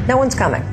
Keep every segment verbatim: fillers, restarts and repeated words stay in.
No one's coming.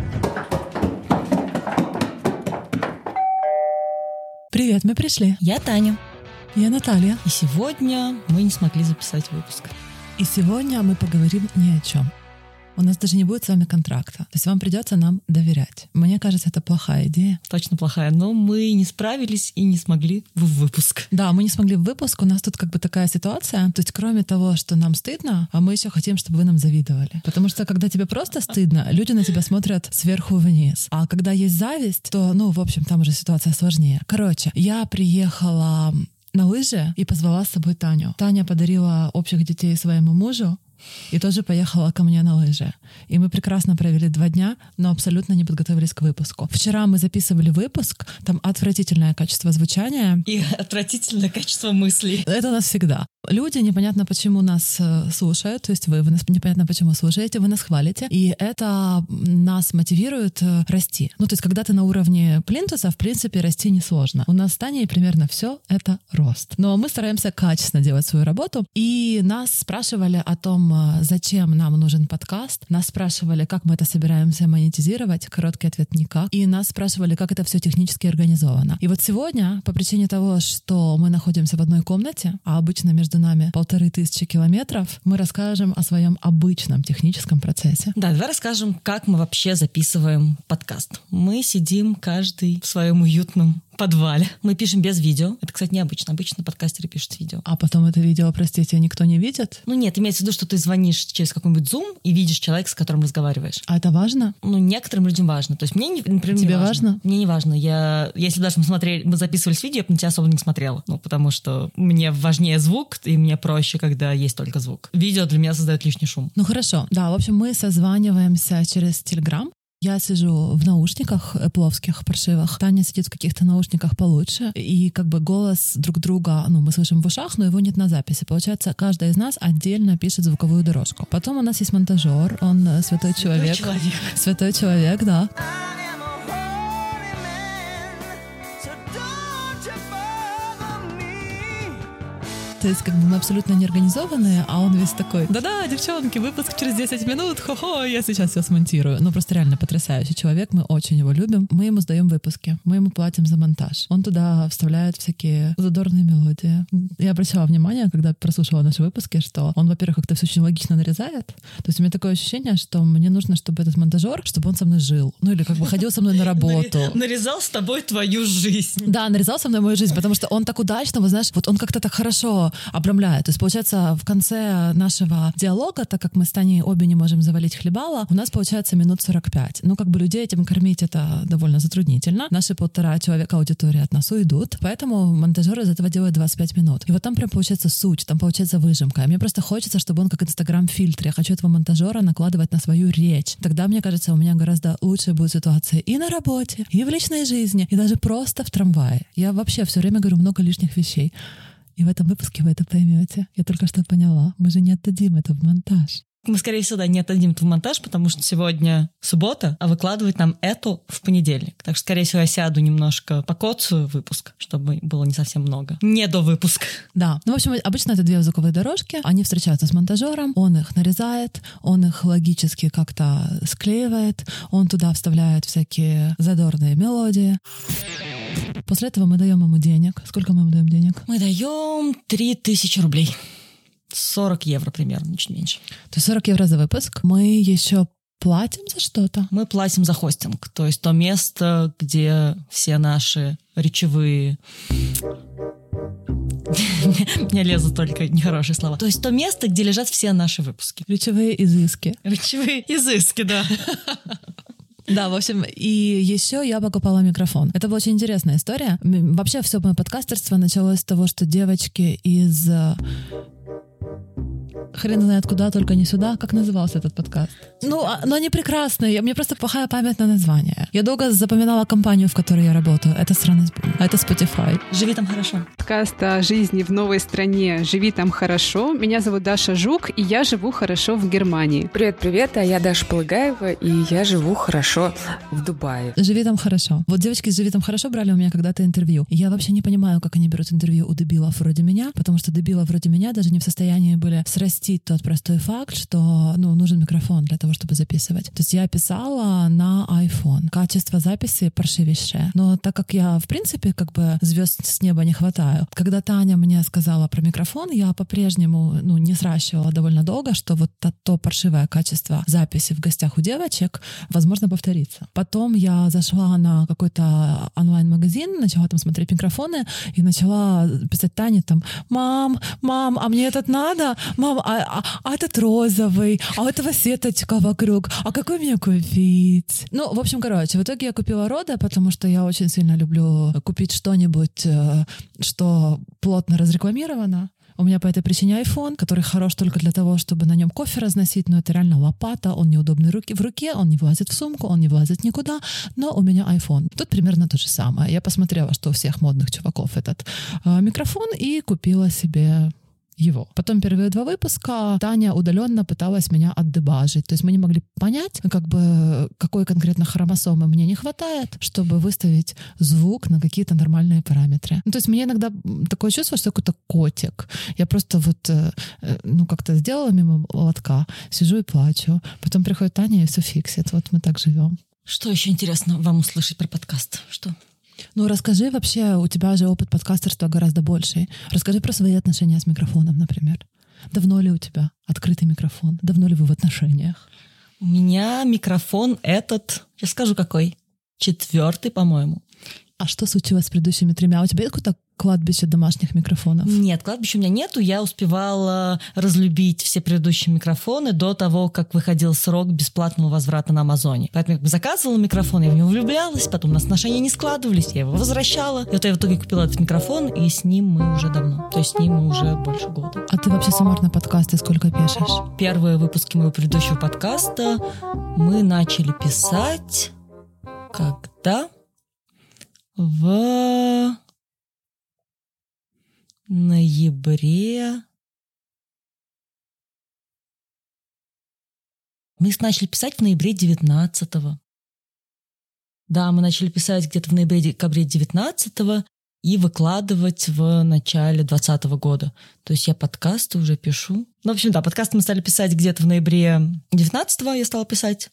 Привет, мы пришли. Я Таня. Я Наталья. И сегодня мы не смогли записать выпуск. И сегодня мы поговорим ни о чем. У нас даже не будет с вами контракта. То есть вам придется нам доверять. Мне кажется, это плохая идея. Точно плохая, но мы не справились и не смогли в выпуск. Да, мы не смогли в выпуск. У нас тут как бы такая ситуация. То есть кроме того, что нам стыдно, а мы еще хотим, чтобы вы нам завидовали. Потому что когда тебе просто стыдно, люди на тебя смотрят сверху вниз. А когда есть зависть, то, ну, в общем, там уже ситуация сложнее. Короче, я приехала на лыжи и позвала с собой Таню. Таня подарила общих детей своему мужу и тоже поехала ко мне на лыжи. И мы прекрасно провели два дня, но абсолютно не подготовились к выпуску. Вчера мы записывали выпуск, там отвратительное качество звучания. И отвратительное качество мыслей. Это у нас всегда. Люди непонятно почему нас слушают, то есть вы, вы нас непонятно почему слушаете, вы нас хвалите, и это нас мотивирует расти. Ну, то есть когда ты на уровне плинтуса, в принципе, расти несложно. У нас с Таней примерно все это рост. Но мы стараемся качественно делать свою работу, и нас спрашивали о том, зачем нам нужен подкаст. Нас спрашивали, как мы это собираемся монетизировать. Короткий ответ — никак. И нас спрашивали, как это все технически организовано. И вот сегодня, по причине того, что мы находимся в одной комнате, а обычно между нами полторы тысячи километров, мы расскажем о своем обычном техническом процессе. Да, давай расскажем, как мы вообще записываем подкаст. Мы сидим каждый в своем уютном подвале. Мы пишем без видео. Это, кстати, необычно. Обычно подкастеры пишут видео. А потом это видео, простите, никто не видит? Ну нет, имеется в виду, что ты звонишь через какой-нибудь Zoom и видишь человека, с которым разговариваешь. А это важно? Ну, некоторым людям важно. То есть мне, например, Тебе не важно. важно? Мне не важно. Я, если даже мы смотрели, мы записывались видео, я бы на тебя особо не смотрела. Ну, потому что мне важнее звук, и мне проще, когда есть только звук. Видео для меня создает лишний шум. Ну хорошо. Да, в общем, мы созваниваемся через Telegram. Я сижу в наушниках эпловских, паршивых. Таня сидит в каких-то наушниках получше. И как бы голос друг друга, ну, мы слышим в ушах, но его нет на записи. Получается, каждая из нас отдельно пишет звуковую дорожку. Потом у нас есть монтажер, он святой человек. Святой человек. Святой человек, да. То есть как бы мы абсолютно неорганизованные, а он весь такой: да-да, девчонки, выпуск через десять минут, хо-хо, я сейчас все смонтирую. Ну просто реально потрясающий человек, мы очень его любим. Мы ему сдаем выпуски, мы ему платим за монтаж. Он туда вставляет всякие задорные мелодии. Я обращала внимание, когда прослушала наши выпуски, что он, во-первых, как-то все очень логично нарезает. То есть у меня такое ощущение, что мне нужно, чтобы этот монтажер, чтобы он со мной жил. Ну или как бы ходил со мной на работу. Нарезал с тобой твою жизнь. Да, нарезал со мной мою жизнь, потому что он так удачно, вы знаешь, вот он как-то так хорошо обрамляет. То есть, получается, в конце нашего диалога, так как мы с Таней обе не можем завалить хлебала, у нас получается минут сорок пять. Ну, как бы людей этим кормить — это довольно затруднительно. Наши полтора человека аудитории от нас уйдут, поэтому монтажер из этого делает двадцать пять минут. И вот там прям получается суть, там получается выжимка. И мне просто хочется, чтобы он как инстаграм-фильтр. Я хочу этого монтажера накладывать на свою речь. Тогда, мне кажется, у меня гораздо лучше будет ситуация и на работе, и в личной жизни, и даже просто в трамвае. Я вообще все время говорю много лишних вещей. И в этом выпуске вы это поймете. Я только что поняла. Мы же не отдадим это в монтаж. Мы, скорее всего, да, не отдадим это в монтаж, потому что сегодня суббота, а выкладывать нам эту в понедельник. Так что, скорее всего, я сяду немножко покоцаю выпуск, чтобы было не совсем много. Не до выпуска. Да. Ну, в общем, обычно это две звуковые дорожки. Они встречаются с монтажером, он их нарезает, он их логически как-то склеивает, он туда вставляет всякие задорные мелодии. После этого мы даем ему денег. Сколько мы ему даем денег? Мы даем три тысячи рублей. сорок евро примерно, чуть меньше. То есть сорок евро за выпуск. Мы еще платим за что-то? Мы платим за хостинг. То есть то место, где все наши речевые... Мне лезут только нехорошие слова. То есть то место, где лежат все наши выпуски. Речевые изыски. Речевые изыски, да. Да, в общем, и еще я покупала микрофон. Это была очень интересная история. Вообще все мое подкастерство началось с того, что девочки из... Хрен знает куда, только не сюда. Как назывался этот подкаст? Ну, но они прекрасные. У меня просто плохая память на название. Я долго запоминала компанию, в которой я работаю. Это страна... Это Spotify. Живи там хорошо. Подкаст о жизни в новой стране «Живи там хорошо». Меня зовут Даша Жук, и я живу хорошо в Германии. Привет-привет, а я Даша Полыгаева, и я живу хорошо в Дубае. Живи там хорошо. Вот девочки из «Живи там хорошо» брали у меня когда-то интервью. Я вообще не понимаю, как они берут интервью у дебилов вроде меня, потому что дебилов вроде меня даже не в состоянии были срастить упустить тот простой факт, что ну, нужен микрофон для того, чтобы записывать. То есть я писала на iPhone. Качество записи паршивейшее. Но так как я, в принципе, как бы звезд с неба не хватаю, когда Таня мне сказала про микрофон, я по-прежнему ну, не сращивала довольно долго, что вот то, то паршивое качество записи в гостях у девочек, возможно, повторится. Потом я зашла на какой-то онлайн-магазин, начала там смотреть микрофоны и начала писать Тане там: «Мам, мам, а мне этот надо? Мам, а, а, а этот розовый? А у этого сеточка вокруг? А какой мне купить?» Ну, в общем, короче, в итоге я купила Роде, потому что я очень сильно люблю купить что-нибудь, что плотно разрекламировано. У меня по этой причине iPhone, который хорош только для того, чтобы на нем кофе разносить, но это реально лопата, он неудобный в руке, он не влазит в сумку, он не влазит никуда, но у меня iPhone. Тут примерно то же самое. Я посмотрела, что у всех модных чуваков этот э, микрофон, и купила себе его. Потом первые два выпуска Таня удаленно пыталась меня отдебажить. То есть мы не могли понять, как бы, какой конкретно хромосомы мне не хватает, чтобы выставить звук на какие-то нормальные параметры. Ну, то есть мне иногда такое чувство, что какой-то котик. Я просто вот, ну, как-то сделала мимо лотка, сижу и плачу. Потом приходит Таня и все фиксит. Вот мы так живем. Что еще интересно вам услышать про подкаст? Что? Ну, расскажи вообще, у тебя же опыт подкастерства гораздо больший. Расскажи про свои отношения с микрофоном, например. Давно ли у тебя открытый микрофон? Давно ли вы в отношениях? У меня микрофон этот, я скажу какой, четвертый, по-моему. А что случилось с предыдущими тремя? У тебя есть какое-то кладбище домашних микрофонов? Нет, кладбища у меня нету. Я успевала разлюбить все предыдущие микрофоны до того, как выходил срок бесплатного возврата на Амазоне. Поэтому я как бы заказывала микрофон, я в него влюблялась, потом у нас отношения не складывались, я его возвращала. И вот я в итоге купила этот микрофон, и с ним мы уже давно. То есть с ним мы уже больше года. А ты вообще сама на подкасты сколько пишешь? Первые выпуски моего предыдущего подкаста мы начали писать когда? В ноябре. Мы их начали писать в ноябре девятнадцатого. Да, мы начали писать где-то в ноябре-декабре девятнадцатого и выкладывать в начале двадцатого года. То есть я подкасты уже пишу. Ну, в общем, да, подкасты мы стали писать где-то в ноябре девятнадцатого я стала писать.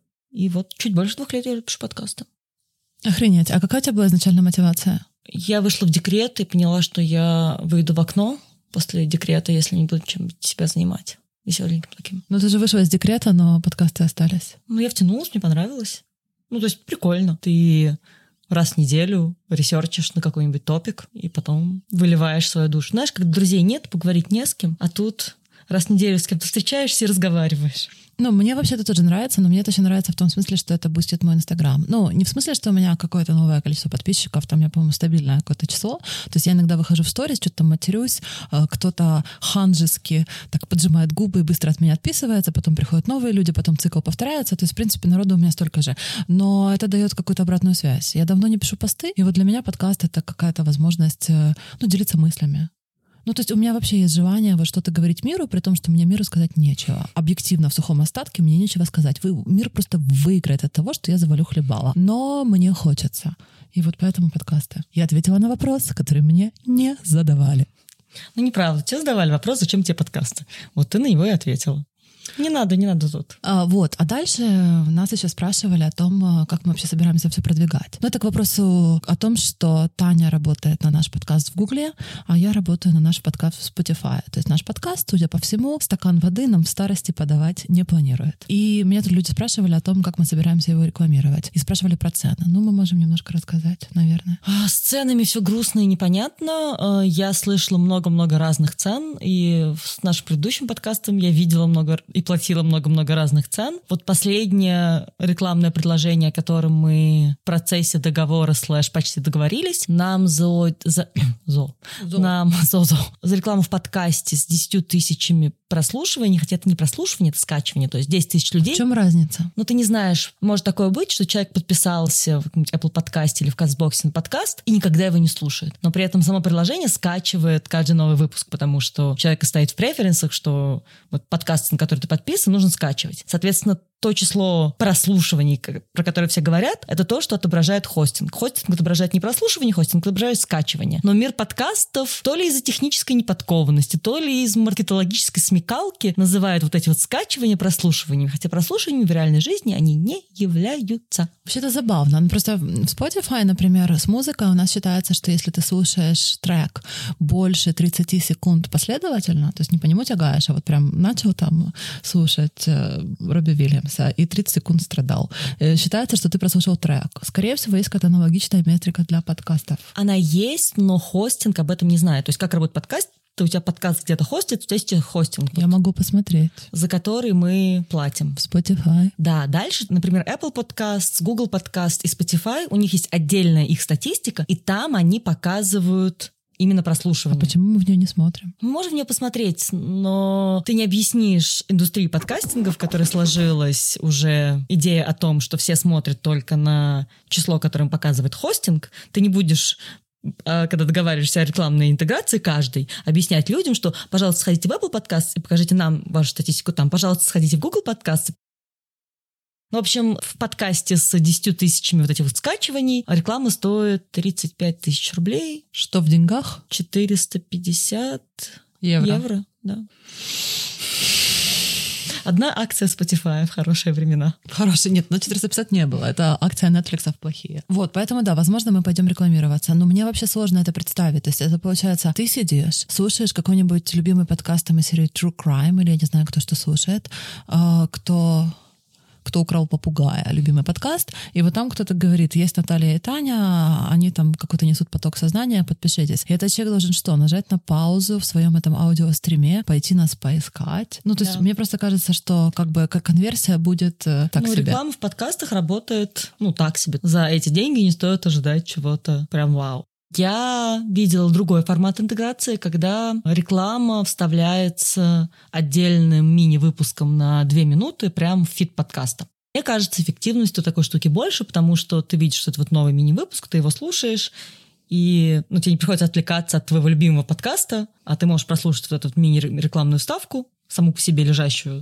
И вот чуть больше двух лет я пишу подкасты. Охренеть. А какая у тебя была изначальная мотивация? Я вышла в декрет и поняла, что я выйду в окно после декрета, если не буду чем себя занимать. Веселеньким таким. Ну, ты же вышла из декрета, но подкасты остались. Ну, я втянулась, мне понравилось. Ну, то есть прикольно. Ты раз в неделю ресерчишь на какой-нибудь топик и потом выливаешь свою душу. Знаешь, когда друзей нет, поговорить не с кем, а тут раз в неделю с кем-то встречаешься и разговариваешь. Ну, мне вообще это тоже нравится, но мне это еще нравится в том смысле, что это бустит мой Инстаграм. Ну, не в смысле, что у меня какое-то новое количество подписчиков, там я, по-моему, стабильное какое-то число. То есть я иногда выхожу в сторис, что-то там матерюсь, кто-то ханжески так поджимает губы и быстро от меня отписывается, потом приходят новые люди, потом цикл повторяется. То есть, в принципе, народу у меня столько же. Но это дает какую-то обратную связь. Я давно не пишу посты, и вот для меня подкаст — это какая-то возможность, ну, делиться мыслями. Ну, то есть у меня вообще есть желание вот что-то говорить миру, при том, что мне миру сказать нечего. Объективно, в сухом остатке мне нечего сказать. Вы, мир просто выиграет от того, что я завалю хлебала. Но мне хочется. И вот поэтому подкасты. Я ответила на вопрос, который мне не задавали. Ну, неправда. Тебе задавали вопрос, зачем тебе подкасты. Вот ты на него и ответила. Не надо, не надо тут. А, вот. А дальше нас еще спрашивали о том, как мы вообще собираемся все продвигать. Ну, это к вопросу о том, что Таня работает на наш подкаст в Гугле, а я работаю на наш подкаст в Spotify. То есть наш подкаст, судя по всему, стакан воды нам в старости подавать не планирует. И меня тут люди спрашивали о том, как мы собираемся его рекламировать. И спрашивали про цены. Ну, мы можем немножко рассказать, наверное. А, с ценами все грустно и непонятно. Я слышала много-много разных цен, и с нашим предыдущим подкастом я видела много и платила много-много разных цен. Вот последнее рекламное предложение, о котором мы в процессе договора слэш почти договорились, нам за... за... зо. Зо. Нам зо, зо. за рекламу в подкасте с десятью тысячами прослушиваний, хотя это не прослушивание, это скачивание, то есть десять тысяч людей. В чем разница? Ну, ты не знаешь, может такое быть, что человек подписался в каком-нибудь Apple подкасте или в Castbox на подкаст и никогда его не слушает. Но при этом само приложение скачивает каждый новый выпуск, потому что у человека стоит в преференсах, что вот подкаст, на который ты ты подписан, нужно скачивать. Соответственно, то число прослушиваний, про которое все говорят, это то, что отображает хостинг. Хостинг отображает не прослушивание, хостинг отображает скачивание. Но мир подкастов то ли из-за технической неподкованности, то ли из маркетологической смекалки называют вот эти вот скачивания прослушиваниями, хотя прослушиваниями в реальной жизни они не являются. Вообще это забавно. Ну, просто в Spotify, например, с музыкой у нас считается, что если ты слушаешь трек больше тридцать секунд последовательно, то есть не по нему тягаешь, а вот прям начал там слушать э, Робби Уильямса и тридцать секунд страдал. Считается, что ты прослушал трек. Скорее всего, есть какая-то аналогичная метрика для подкастов. Она есть, но хостинг об этом не знает. То есть как работает подкаст? То у тебя подкаст где-то хостит, у тебя есть хостинг. Я вот, могу посмотреть. За который мы платим. В Spotify. Да, дальше, например, Apple Podcasts, Google Podcasts и Spotify, у них есть отдельная их статистика, и там они показывают именно прослушивание. А почему мы в нее не смотрим? Мы можем в нее посмотреть, но ты не объяснишь индустрии подкастинга, в которой сложилась уже идея о том, что все смотрят только на число, которое им показывает хостинг. Ты не будешь, когда договариваешься о рекламной интеграции каждой, объяснять людям, что, пожалуйста, сходите в Apple Podcasts и покажите нам вашу статистику там. Пожалуйста, сходите в Google Podcasts. Ну, в общем, в подкасте с десятью тысячами вот этих вот скачиваний реклама стоит тридцать пять тысяч рублей. Что в деньгах? четыреста пятьдесят евро. евро, да. Одна акция Spotify в хорошие времена. Хорошие, нет, но четыреста пятьдесят не было. Это акция Netflix в плохие. Вот, поэтому, да, возможно, мы пойдем рекламироваться. Но мне вообще сложно это представить. То есть это получается, ты сидишь, слушаешь какой-нибудь любимый подкаст там из серии True Crime, или я не знаю, кто что слушает, кто... «Кто украл попугая», любимый подкаст, и вот там кто-то говорит, есть Наталья и Таня, они там какой-то несут поток сознания, подпишитесь. И этот человек должен что? Нажать на паузу в своем этом аудиостриме, пойти нас поискать. Ну, то есть да. Мне просто кажется, что как бы как конверсия будет э, так ну, себе. Реклама в подкастах работает, ну, так себе. За эти деньги не стоит ожидать чего-то прям вау. Я видела другой формат интеграции, когда реклама вставляется отдельным мини-выпуском на две минуты прямо в фид подкаста. Мне кажется, эффективность у такой штуки больше, потому что ты видишь, что это вот новый мини-выпуск, ты его слушаешь, и ну, тебе не приходится отвлекаться от твоего любимого подкаста, а ты можешь прослушать вот эту мини-рекламную вставку, саму по себе лежащую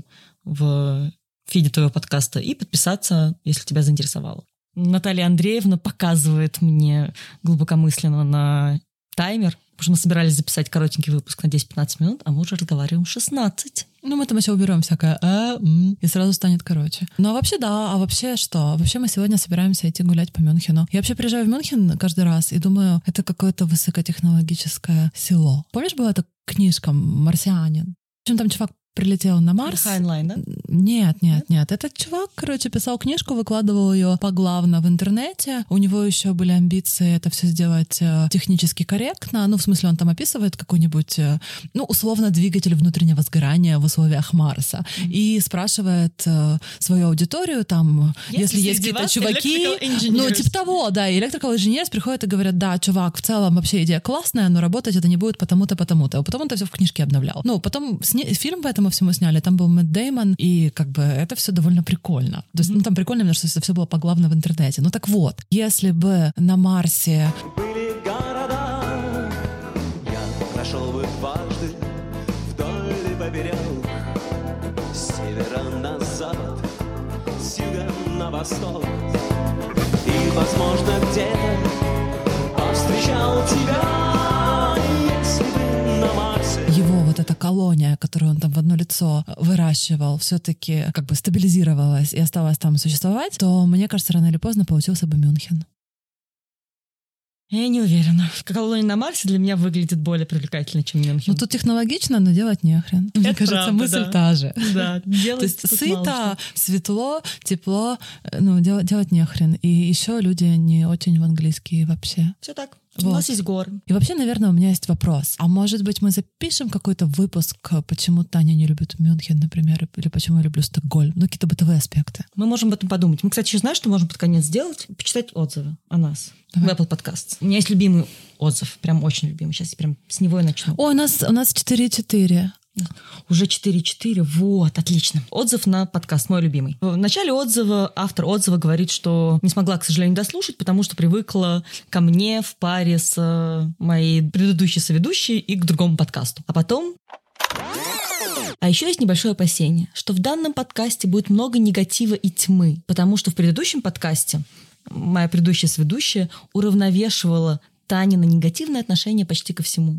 в фиде твоего подкаста, и подписаться, если тебя заинтересовало. Наталья Андреевна показывает мне глубокомысленно на таймер, потому что мы собирались записать коротенький выпуск на десять-пятнадцать минут, а мы уже разговариваем шестнадцать. Ну, мы там еще уберем всякое а, м, и сразу станет короче. Ну, а вообще, да, а вообще что? Вообще мы сегодня собираемся идти гулять по Мюнхену. Я вообще приезжаю в Мюнхен каждый раз и думаю, это какое-то высокотехнологическое село. Помнишь, была эта книжка «Марсианин»? В общем, там чувак прилетел на Марс. Хайнлайн, да? Нет, нет, нет. Этот чувак, короче, писал книжку, выкладывал ее поглавно в интернете. У него еще были амбиции это все сделать э, технически корректно. Ну, в смысле, он там описывает какой-нибудь, э, ну, условно, двигатель внутреннего сгорания в условиях Марса. Mm-hmm. И спрашивает э, свою аудиторию, там, если, если есть какие-то чуваки... Ну, типа того, да. И electrical engineers приходят и говорят, да, чувак, в целом вообще идея классная, но работать это не будет потому-то, потому-то. А потом он это все в книжке обновлял. Ну, потом сни- фильм по этому всему сняли. Там был Мэтт Дэймон, и как бы это все довольно прикольно. То есть, mm-hmm. ну, там прикольно, потому что это все было поглавно в интернете. Ну так вот, если бы на Марсе... Были города, я прошел бы дважды вдоль и поперек, с севера на запад, с юга на восток. И, возможно, где-то повстречал тебя, если бы на Марсе. Его вот эта колония, которую он там в одно лицо выращивал, все-таки как бы стабилизировалась и осталась там существовать, то, мне кажется, рано или поздно получился бы Мюнхен. Я не уверена. Колония на Марсе для меня выглядит более привлекательно, чем Мюнхен. Ну, тут технологично, но делать нехрен. Мне Это кажется, правда, мысль да. та же. Да, То есть сыто, светло, тепло, ну, делать, делать нехрен. И еще люди не очень в английский вообще. Все так. Вот. У нас есть горы. И вообще, наверное, у меня есть вопрос. А может быть, мы запишем какой-то выпуск, почему Таня не любит Мюнхен, например, или почему я люблю Стокгольм? Ну, какие-то бытовые аспекты. Мы можем об этом подумать. Мы, кстати, еще знаешь, что можем под конец сделать? Почитать отзывы о нас. Давай. В Apple Podcasts. У меня есть любимый отзыв, прям очень любимый. Сейчас я прям с него и начну. О, у нас, у нас четыре четыре. Уже четыре четыре, вот, отлично. Отзыв на подкаст, мой любимый. В начале отзыва автор отзыва говорит, что не смогла, к сожалению, дослушать, потому что привыкла ко мне в паре с моей предыдущей соведущей и к другому подкасту. А потом А еще есть небольшое опасение, что в данном подкасте будет много негатива и тьмы, потому что в предыдущем подкасте моя предыдущая сведущая уравновешивала Танина негативное отношение почти ко всему.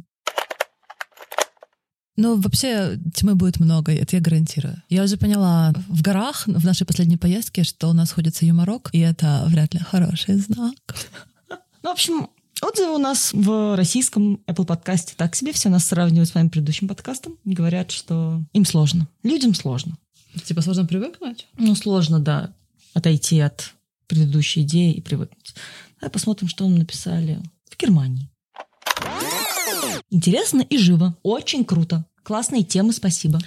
Ну, вообще, тьмы будет много, это я гарантирую. Я уже поняла в горах, в нашей последней поездке, что у нас ходится юморок, и это вряд ли хороший знак. Ну, в общем, отзывы у нас в российском Apple подкасте так себе. Все нас сравнивают с моим предыдущим подкастом. Говорят, что им сложно. Людям сложно. Типа сложно привыкнуть? Ну, сложно, да, отойти от предыдущей идеи и привыкнуть. Давай посмотрим, что нам написали в Германии. Интересно и живо. Очень круто. Классные темы, спасибо.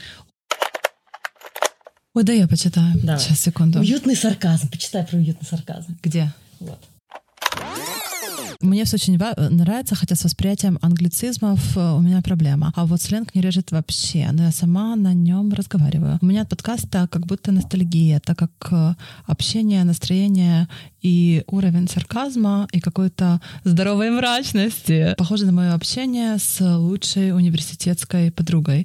Ой, да я почитаю. Давай. Сейчас, секунду. Уютный сарказм. Почитай про уютный сарказм. Где? Вот. Мне все очень нравится, хотя с восприятием англицизмов у меня проблема. А вот сленг не режет вообще, но я сама на нем разговариваю. У меня от подкаста как будто ностальгия, так как общение, настроение и уровень сарказма и какой-то здоровой мрачности похоже на мое общение с лучшей университетской подругой.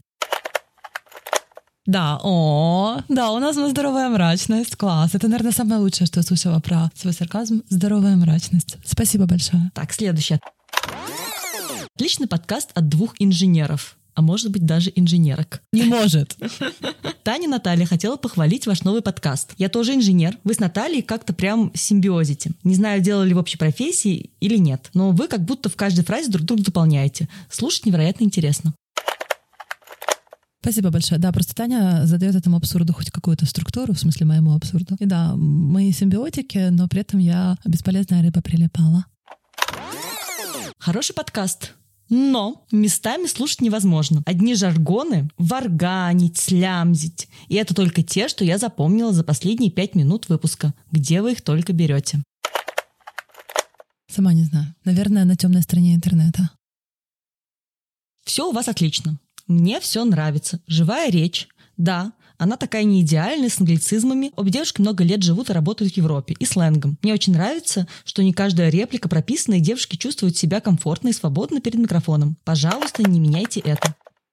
Да, о, да, у нас здоровая мрачность, класс. Это, наверное, самое лучшее, что я слышала про свой сарказм. Здоровая мрачность. Спасибо большое. Так, следующее. Отличный подкаст от двух инженеров, а может быть даже инженерок. Не может. Таня Наталья хотела похвалить ваш новый подкаст. Я тоже инженер. Вы с Натальей как-то прям симбиозите. Не знаю, делали в общей профессии или нет, но вы как будто в каждой фразе друг друга дополняете. Слушать невероятно интересно. Спасибо большое. Да, просто Таня задает этому абсурду хоть какую-то структуру, в смысле моему абсурду. И да, мы симбиотики, но при этом я бесполезная рыба прилипала. Хороший подкаст, но местами слушать невозможно. Одни жаргоны — варганить, слямзить. И это только те, что я запомнила за последние пять минут выпуска. Где вы их только берете? Сама не знаю. Наверное, на темной стороне интернета. Все у вас отлично. Мне все нравится. Живая речь. Да, она такая не идеальная, с англицизмами. Обе девушки много лет живут и работают в Европе. И сленгом. Мне очень нравится, что не каждая реплика прописана, и девушки чувствуют себя комфортно и свободно перед микрофоном. Пожалуйста, не меняйте это.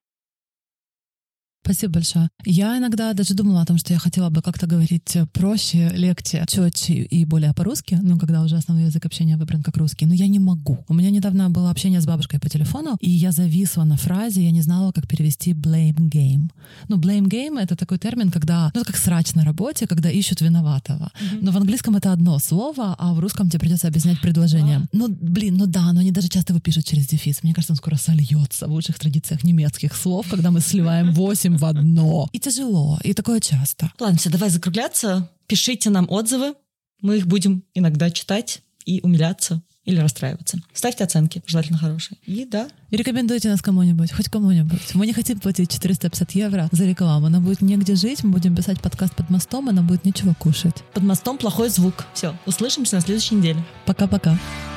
Спасибо большое. Я иногда даже думала о том, что я хотела бы как-то говорить проще, легче, четче и более по-русски, ну, когда уже основной язык общения выбран как русский. Но я не могу. У меня недавно было общение с бабушкой по телефону, и я зависла на фразе, я не знала, как перевести blame game. Ну, blame game — это такой термин, когда, ну, это как срач на работе, когда ищут виноватого. Mm-hmm. Но в английском это одно слово, а в русском тебе придется объяснять предложение. Ah. Ну, блин, ну да, но они даже часто его пишут через дефис. Мне кажется, он скоро сольется в лучших традициях немецких слов, когда мы сливаем восемь в одно. И тяжело, и такое часто. Ладно, все, давай закругляться. Пишите нам отзывы. Мы их будем иногда читать и умиляться или расстраиваться. Ставьте оценки, желательно хорошие. И да. И рекомендуйте нас кому-нибудь, хоть кому-нибудь. Мы не хотим платить четыреста пятьдесят евро за рекламу. Нам будет негде жить, мы будем писать подкаст под мостом, и нам будет нечего кушать. Под мостом плохой звук. Все, услышимся на следующей неделе. Пока-пока.